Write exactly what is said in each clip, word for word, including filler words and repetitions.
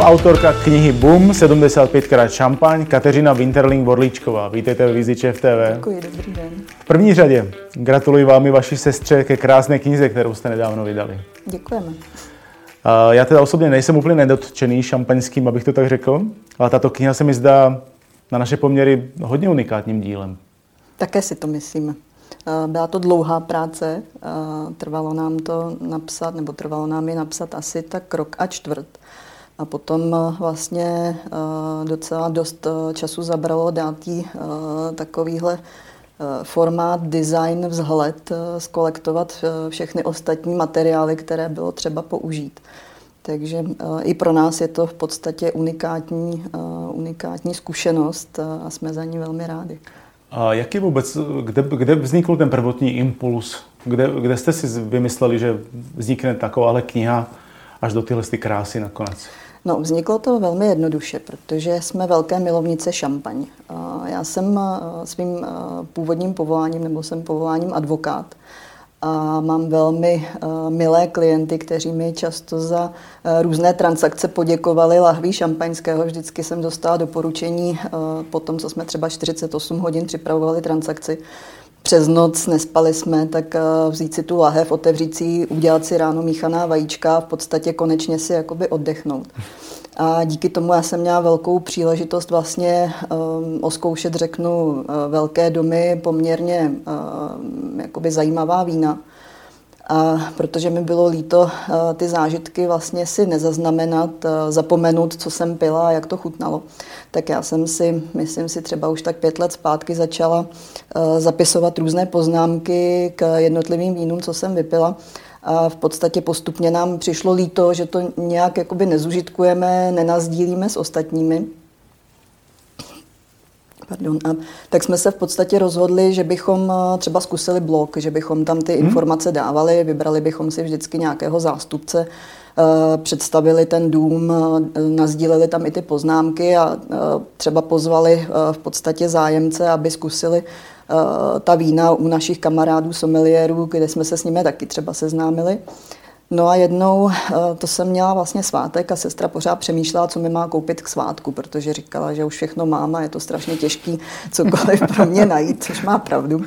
autorka knihy Boom, sedmdesát pět krát šampaň, Kateřina Winterling-Vorlíčková. Vítejte ve Vizi ČT V. Děkuji, dobrý den. V první řadě gratuluji vám i vaší sestře ke krásné knize, kterou jste nedávno vydali. Děkujeme. Já teda osobně nejsem úplně nedotčený šampaňským, abych to tak řekl, ale tato kniha se mi zdá na naše poměry hodně unikátním dílem. Také si to myslíme. Byla to dlouhá práce, trvalo nám to napsat, nebo trvalo nám je napsat asi tak rok a čtvrt. A potom vlastně docela dost času zabralo dát jí takovýhle formát, design, vzhled, skolektovat všechny ostatní materiály, které bylo třeba použít. Takže i pro nás je to v podstatě unikátní, unikátní zkušenost a jsme za ní velmi rádi. A jaký vůbec, kde, kde vznikl ten prvotní impuls? Kde, kde jste si vymysleli, že vznikne takováhle kniha až do tyhle krásy nakonec? No, vzniklo to velmi jednoduše, protože jsme velké milovnice šampaň. Já jsem svým původním povoláním, nebo jsem povoláním advokát, a mám velmi milé klienty, kteří mi často za různé transakce poděkovali lahví šampaňského. Vždycky jsem dostala doporučení po tom, co jsme třeba čtyřicet osm hodin připravovali transakci. Přes noc nespali jsme, tak vzít si tu lahev, otevřít si, udělat si ráno míchaná vajíčka a v podstatě konečně si jakoby oddechnout. A díky tomu já jsem měla velkou příležitost vlastně um, oskoušet, řeknu, uh, velké domy, poměrně uh, jakoby zajímavá vína. A protože mi bylo líto uh, ty zážitky vlastně si nezaznamenat, uh, zapomenout, co jsem pila a jak to chutnalo, tak já jsem si, myslím si třeba už tak pět let zpátky začala uh, zapisovat různé poznámky k jednotlivým vínům, co jsem vypila. A v podstatě postupně nám přišlo líto, že to nějak jakoby nezužitkujeme, nenazdílíme s ostatními. Pardon. A tak jsme se v podstatě rozhodli, že bychom třeba zkusili blog, že bychom tam ty informace dávali, vybrali bychom si vždycky nějakého zástupce, představili ten dům, nasdíleli tam i ty poznámky a třeba pozvali v podstatě zájemce, aby zkusili ta vína u našich kamarádů, someliérů, kde jsme se s nimi taky třeba seznámili. No a jednou, to jsem měla vlastně svátek a sestra pořád přemýšlela, co mi má koupit k svátku, protože říkala, že už všechno mám a je to strašně těžký cokoliv pro mě najít, což má pravdu.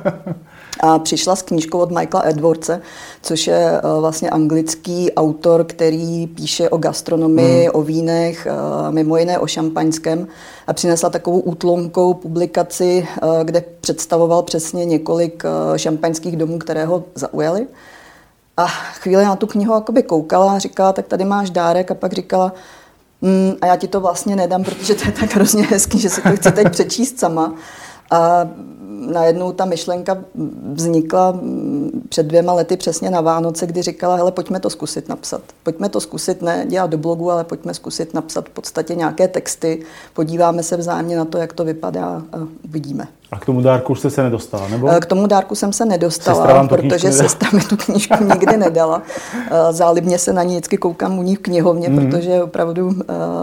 A přišla s knížkou od Michaela Edwardse, což je vlastně anglický autor, který píše o gastronomii, hmm. o vínech, mimo jiné o šampaňském. A přinesla takovou útlomkou publikaci, kde představoval přesně několik šampaňských domů, které ho zaujaly. A chvíli na tu knihu jakoby koukala a říkala, tak tady máš dárek, a pak říkala, mm, a já ti to vlastně nedám, protože to je tak hrozně hezký, že si to chci teď přečíst sama. A najednou ta myšlenka vznikla před dvěma lety přesně na Vánoce, kdy říkala, hele, pojďme to zkusit napsat. Pojďme to zkusit ne dělat do blogu, ale pojďme zkusit napsat v podstatě nějaké texty, podíváme se vzájemně na to, jak to vypadá a uvidíme. A k tomu dárku už jste se nedostala, nebo? K tomu dárku jsem se nedostala, protože sestra mi tu knížku nikdy nedala. Zálibně se na ní vždycky koukám u ní v knihovně, mm. protože opravdu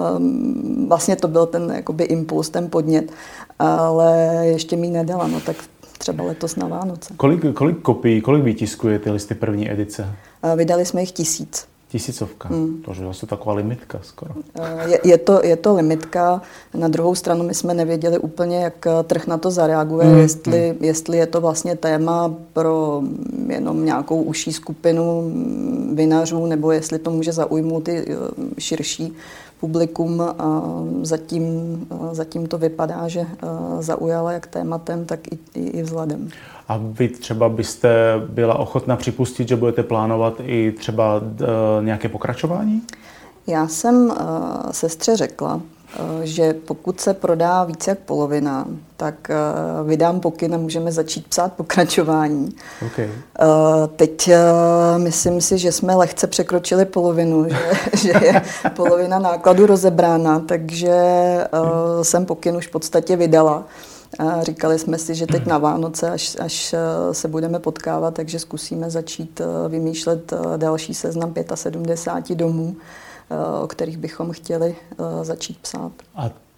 vlastně to byl ten jakoby impuls, ten podnět, ale ještě mi ji nedala, no tak třeba letos na Vánoce. Kolik, kolik kopií, kolik výtisků je ty listy první edice? Vydali jsme jich tisíc. Tisícovka, hmm. to je asi taková limitka skoro. Je, je, to, je to limitka, na druhou stranu my jsme nevěděli úplně, jak trh na to zareaguje, hmm. jestli, hmm. jestli je to vlastně téma pro jenom nějakou užší skupinu vinařů, nebo jestli to může zaujmout i širší publikum. A zatím, zatím to vypadá, že zaujala jak tématem, tak i, i, i vzhledem. A vy třeba byste byla ochotná připustit, že budete plánovat i třeba uh, nějaké pokračování? Já jsem uh, sestře řekla, uh, že pokud se prodá více jak polovina, tak uh, vydám pokyn a můžeme začít psát pokračování. Okay. Uh, teď uh, myslím si, že jsme lehce překročili polovinu, že, že je polovina nákladu rozebrána, takže uh, jsem pokyn už v podstatě vydala. A říkali jsme si, že teď na Vánoce, až, až se budeme potkávat, takže zkusíme začít vymýšlet další seznam sedmdesáti pěti domů, o kterých bychom chtěli začít psát. A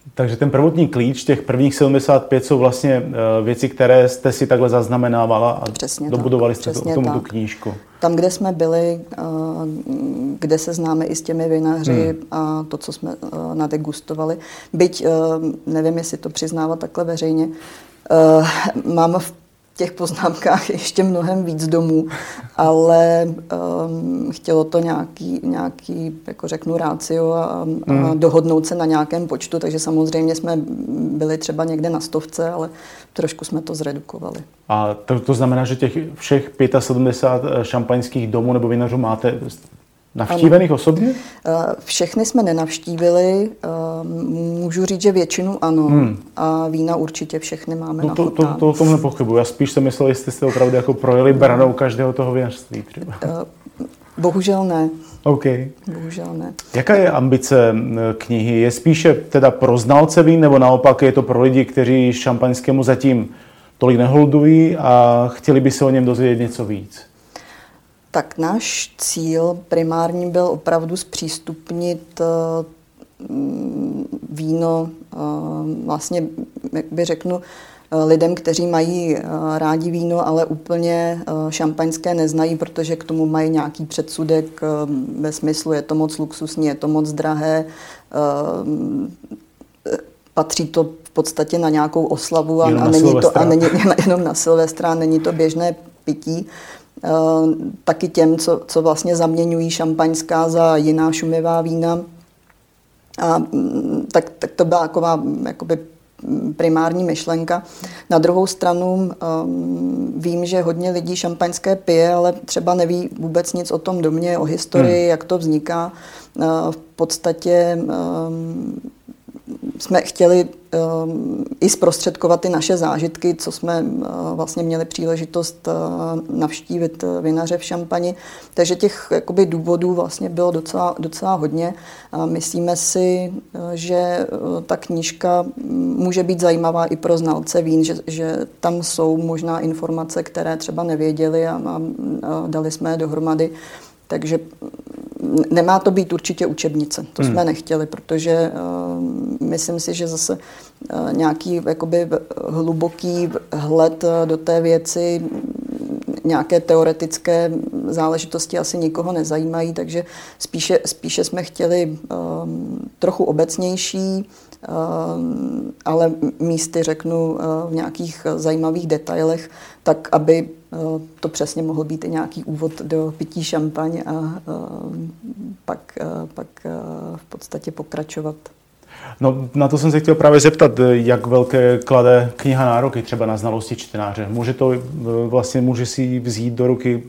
Takže ten prvotní klíč těch prvních sedmdesát pět jsou vlastně věci, které jste si takhle zaznamenávala a přesně dobudovali tak, jste k tomu tak. tu knížku. Tam, kde jsme byli, kde se známe i s těmi vinaři hmm. a to, co jsme nadegustovali. Byť, nevím, jestli to přiznávat takhle veřejně, mám v těch poznámkách ještě mnohem víc domů, ale um, chtělo to nějaký, nějaký, jako řeknu, rácio a, mm. a dohodnout se na nějakém počtu, takže samozřejmě jsme byli třeba někde na stovce, ale trošku jsme to zredukovali. A to, to znamená, že těch všech sedmdesát pět šampaňských domů nebo vinařů máte navštívených ano. osobně? Všechny jsme nenavštívili. Můžu říct, že většinu ano. Hmm. A vína určitě všechny máme no to, nachutnáno. To, to, to o tom nepochybuji. Já spíš jsem myslel, jestli jste opravdu jako projeli branou každého toho vinařství třeba. Bohužel ne. Okay. Bohužel ne. Jaká je ambice knihy? Je spíše teda pro znalce vín, nebo naopak je to pro lidi, kteří šampaňskému zatím tolik neholdují a chtěli by se o něm dozvědět něco víc? Tak náš cíl primární byl opravdu zpřístupnit víno vlastně, jak by řeknu, lidem, kteří mají rádi víno, ale úplně šampaňské neznají, protože k tomu mají nějaký předsudek ve smyslu, je to moc luxusní, je to moc drahé, patří to v podstatě na nějakou oslavu a, a není to a není jenom na Silvestra, není to běžné pití. Uh, taky těm, co, co vlastně zaměňují šampaňská za jiná šumivá vína. A, tak, tak to byla taková jakoby primární myšlenka. Na druhou stranu um, vím, že hodně lidí šampaňské pije, ale třeba neví vůbec nic o tom domě, o historii, hmm. jak to vzniká. Uh, v podstatě um, jsme chtěli um, i zprostředkovat ty naše zážitky, co jsme uh, vlastně měli příležitost uh, navštívit uh, vinaře v Šampani. Takže těch jakoby, důvodů vlastně bylo docela, docela hodně. A myslíme si, uh, že uh, ta knížka může být zajímavá i pro znalce vín, že, že tam jsou možná informace, které třeba nevěděli a, a, a dali jsme je dohromady. Takže nemá to být určitě učebnice, to hmm. jsme nechtěli, protože uh, myslím si, že zase uh, nějaký jakoby hluboký hled do té věci, nějaké teoretické záležitosti asi nikoho nezajímají, takže spíše, spíše jsme chtěli um, trochu obecnější, um, ale místy řeknu uh, v nějakých zajímavých detailech, tak aby uh, to přesně mohl být i nějaký úvod do pití šampaň a uh, pak, uh, pak uh, v podstatě pokračovat. No, na to jsem se chtěl právě zeptat, jak velké klade kniha nároky třeba na znalosti čtenáře. Může to vlastně, může si vzít do ruky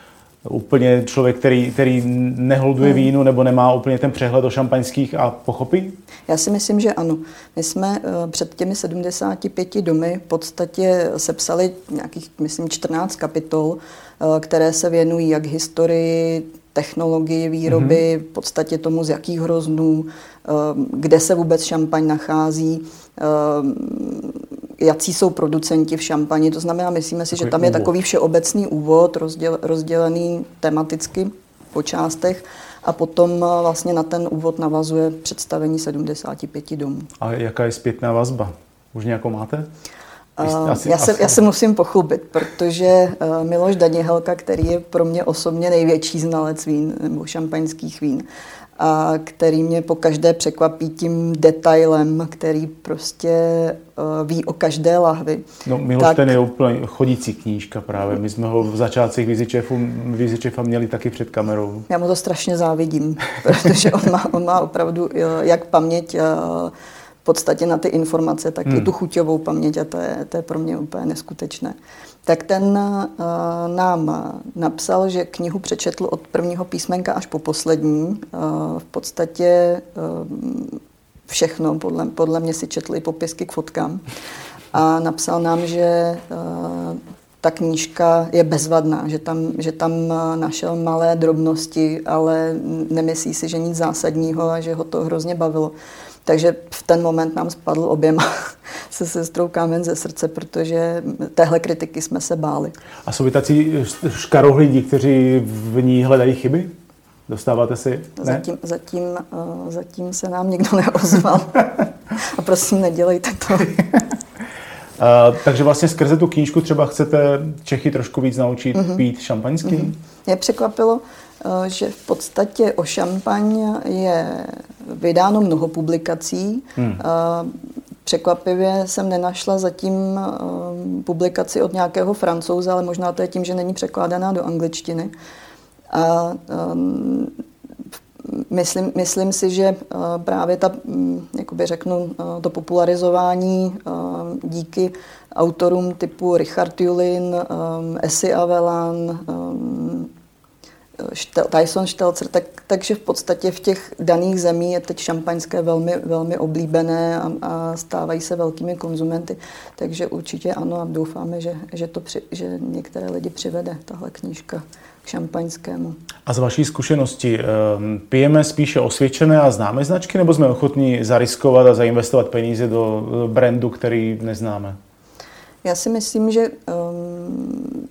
úplně člověk, který, který neholduje hmm. vínu nebo nemá úplně ten přehled o šampaňských a pochopí? Já si myslím, že ano. My jsme uh, před těmi sedmdesáti pěti domy v podstatě sepsali nějakých, myslím, čtrnáct kapitol, uh, které se věnují jak historii, technologii výroby, mm-hmm. v podstatě tomu, z jakých hroznů, kde se vůbec šampaň nachází, jací jsou producenti v šampani. To znamená, myslíme si, takový že tam je úvod. Takový všeobecný úvod, rozděl, rozdělený tematicky po částech a potom vlastně na ten úvod navazuje představení sedmdesáti pěti domů. A jaká je zpětná vazba? Už nějakou máte? Asi, já, se, já se musím pochlubit, protože uh, Miloš Danihelka, který je pro mě osobně největší znalec vín nebo šampaňských vín, a který mě po každé překvapí tím detailem, který prostě uh, ví o každé lahvi. No, Miloš tak... ten je úplně chodící knížka právě. My jsme ho v začátcích Vizičefa měli taky před kamerou. Já mu to strašně závidím, protože on má, on má opravdu uh, jak paměť uh, v podstatě na ty informace, tak hmm. i tu chuťovou paměť a to je, to je pro mě úplně neskutečné. Tak ten uh, nám napsal, že knihu přečetl od prvního písmenka až po poslední. Uh, v podstatě uh, všechno, podle, podle mě si četl i popisky k fotkám. A napsal nám, že uh, ta knížka je bezvadná, že tam, že tam našel malé drobnosti, ale nemyslí si, že nic zásadního a že ho to hrozně bavilo. Takže v ten moment nám spadl oběma se sestrou kámen ze srdce, protože téhle kritiky jsme se báli. A jsou vy tací škarohlídi, kteří v ní hledají chyby? Dostáváte si? Ne? Zatím, zatím, uh, zatím se nám nikdo neozval. A prosím, nedělejte to. Uh, takže vlastně skrze tu knížku třeba chcete Čechy trošku víc naučit mm-hmm. pít šampaňský? Mm-hmm. Mě překvapilo, uh, že v podstatě o šampaň je vydáno mnoho publikací. Mm. Uh, Překvapivě jsem nenašla zatím uh, publikaci od nějakého Francouze, ale možná to je tím, že není překládaná do angličtiny. A um, myslím, myslím si, že uh, právě ta, um, jakoby řeknu, uh, to popularizování uh, díky autorům typu Richard Julin, um, Essi Avellan, um, Tyson Stelzer, tak, takže v podstatě v těch daných zemích je teď šampaňské velmi, velmi oblíbené a, a stávají se velkými konzumenty. Takže určitě ano a doufáme, že, že, to při, že některé lidi přivede tahle knížka k šampaňskému. A z vaší zkušenosti pijeme spíše osvědčené a známé značky, nebo jsme ochotní zariskovat a zainvestovat peníze do brandu, který neznáme? Já si myslím, že um,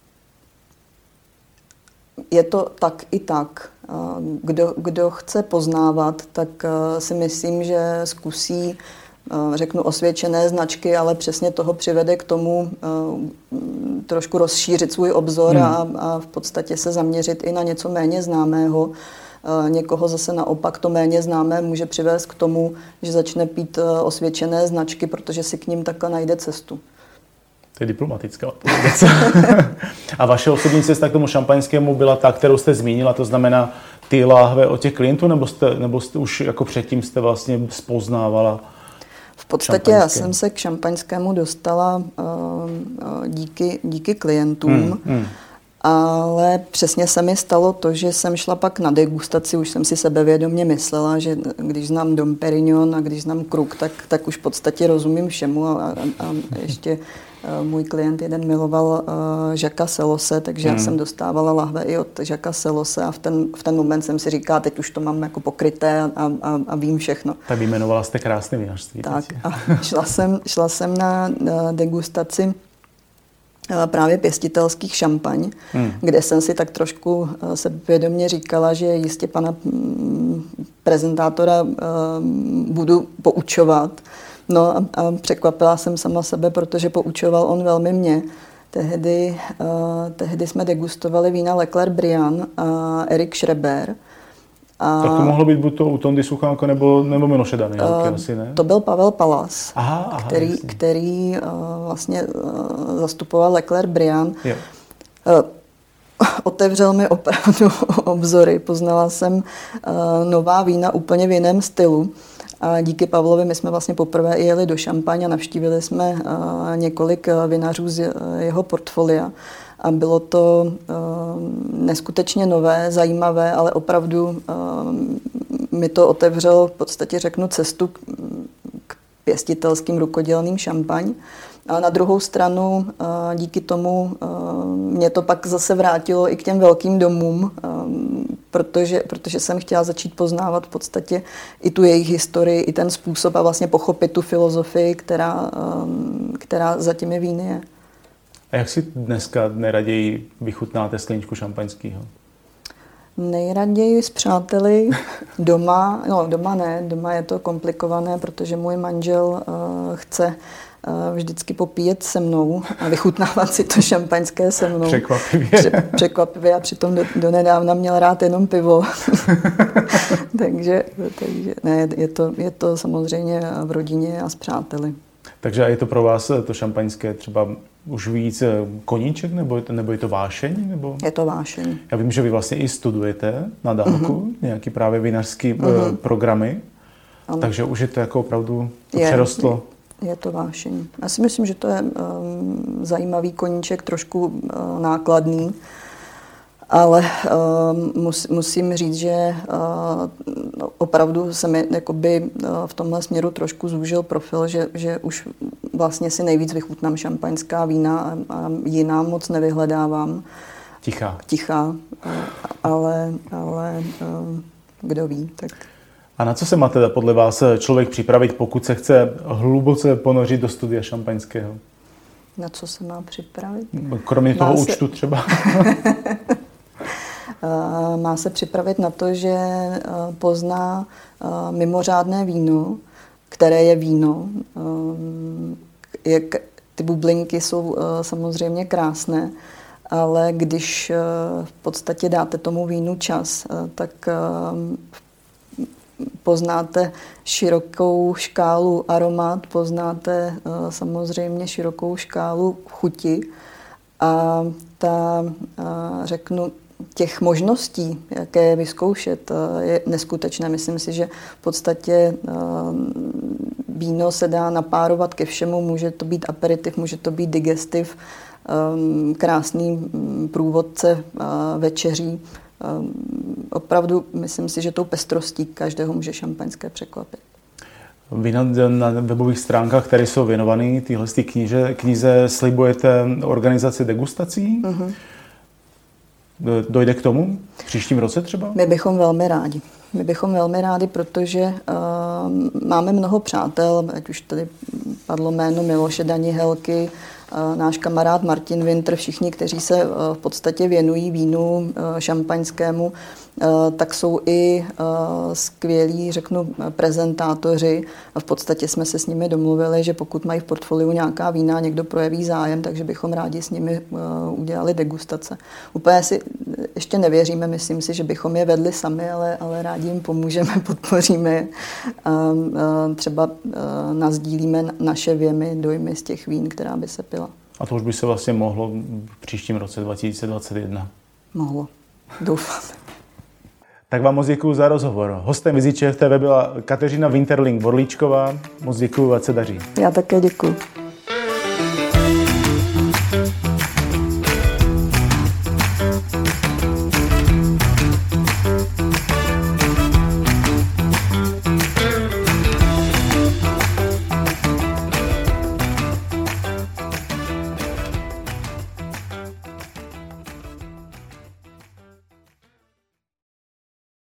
je to tak i tak. Kdo, kdo chce poznávat, tak si myslím, že zkusí, řeknu, osvědčené značky, ale přesně toho přivede k tomu trošku rozšířit svůj obzor hmm. a, a v podstatě se zaměřit i na něco méně známého. Někoho zase naopak to méně známé může přivést k tomu, že začne pít osvědčené značky, protože si k ním takhle najde cestu. To je diplomatická odpověď. A vaše osobní cesta k tomu šampaňskému byla ta, kterou jste zmínila, to znamená ty láhve od těch klientů, nebo jste, nebo jste už jako předtím jste vlastně spoznávala? V podstatě já jsem se k šampaňskému dostala uh, díky, díky klientům, hmm, hmm. ale přesně se mi stalo to, že jsem šla pak na degustaci, už jsem si sebevědomě myslela, že když znám Dom Perignon a když znám Krug, tak, tak už v podstatě rozumím všemu a, a, a ještě můj klient jeden miloval uh, Jacquesa Sellose, takže hmm. já jsem dostávala lahve i od Jacquesa Sellose a v ten, v ten moment jsem si říkala, teď už to mám jako pokryté a, a, a vím všechno. Tak vyjmenovala jste krásné vinařství. Tak a šla jsem, šla jsem na, na degustaci uh, právě pěstitelských šampaň, hmm. kde jsem si tak trošku uh, sebevědomě říkala, že jistě pana um, prezentátora uh, budu poučovat. No a, a překvapila jsem sama sebe, protože poučoval on velmi mě. Tehdy, uh, tehdy jsme degustovali vína Leclerc Briand a Erik Schreber. A, tak to mohlo být buď to u Tondy Suchánko nebo, nebo Miloše Dany, uh, asi ne? To byl Pavel Palas, aha, aha, který, který uh, vlastně uh, zastupoval Leclerc Briand. Jo. Uh, otevřel mi opravdu obzory. Poznala jsem uh, nová vína úplně v jiném stylu. A díky Pavlovi my jsme vlastně poprvé jeli do Šampaň a navštívili jsme uh, několik vinařů z jeho portfolia. A bylo to uh, neskutečně nové, zajímavé, ale opravdu uh, mi to otevřelo v podstatě řeknu cestu k, k pěstitelským rukodělným šampaň. A na druhou stranu uh, díky tomu uh, mě to pak zase vrátilo i k těm velkým domům, um, protože, protože jsem chtěla začít poznávat v podstatě i tu jejich historii, i ten způsob a vlastně pochopit tu filozofii, která, um, která za těmi víny je. A jak si dneska nejraději vychutnáte skleničku šampaňského? Nejraději s přáteli doma, no doma ne, doma je to komplikované, protože můj manžel uh, chce vždycky popíjet se mnou a vychutnávat si to šampaňské se mnou. Překvapivě. Pře- překvapivě a přitom do, do nedávna měl rád jenom pivo. takže takže ne, je, to, je to samozřejmě v rodině a s přáteli. Takže je to pro vás to šampaňské třeba už víc koníček, nebo je to, nebo je to vášeň? Nebo? Je to vášeň. Já vím, že vy vlastně i studujete na dálku uh-huh. nějaký právě vinařský uh-huh. programy, ano. Takže už je to jako opravdu to je, přerostlo. Je, je to vášeň. Já si myslím, že to je um, zajímavý koníček, trošku uh, nákladný, ale uh, mus, musím říct, že uh, opravdu se mi jakoby, uh, v tomhle směru trošku zúžil profil, že, že už vlastně si nejvíc vychutnám šampaňská vína a, a jiná moc nevyhledávám. Tichá. Tichá, uh, ale, ale uh, kdo ví, tak... A na co se má teda podle vás člověk připravit, pokud se chce hluboce ponořit do studia šampaňského? Na co se má připravit? Kromě toho má účtu se... třeba. Má se připravit na to, že pozná mimořádné víno, které je víno. Jak ty bublinky jsou samozřejmě krásné, ale když v podstatě dáte tomu vínu čas, tak poznáte širokou škálu aromat, poznáte samozřejmě širokou škálu chuti a ta, řeknu, těch možností, jaké vyzkoušet, je neskutečné. Myslím si, že v podstatě víno se dá napárovat ke všemu. Může to být aperitiv, může to být digestiv, krásný průvodce večeří. Opravdu myslím si, že tou pestrostí každého může šampaňské překvapit. Vy na, na webových stránkách, které jsou věnované téhle knize, knize, slibujete organizaci degustací. Mm-hmm. Dojde k tomu v příštím roce třeba? My bychom velmi rádi. My bychom velmi rádi, protože uh, máme mnoho přátel, ať už tady padlo jméno Miloše Danihelky, uh, náš kamarád Martin Winter, všichni, kteří se uh, v podstatě věnují vínu uh, šampaňskému, uh, tak jsou i uh, skvělí, řeknu, prezentátoři. V podstatě jsme se s nimi domluvili, že pokud mají v portfoliu nějaká vína, někdo projeví zájem, takže bychom rádi s nimi uh, udělali degustace. Úplně si ještě nevěříme, myslím si, že bychom je vedli sami, ale, ale rádi jim pomůžeme, podpoříme je. Třeba nasdílíme naše věmy, dojmy z těch vín, která by se pila. A to už by se vlastně mohlo v příštím roce dva tisíce dvacet jedna? Mohlo. Doufám. Tak vám moc děkuju za rozhovor. Hostem Viziče T V byla Kateřina Winterling-Vorlíčková. Moc děkuju, ať se daří. Já také děkuju.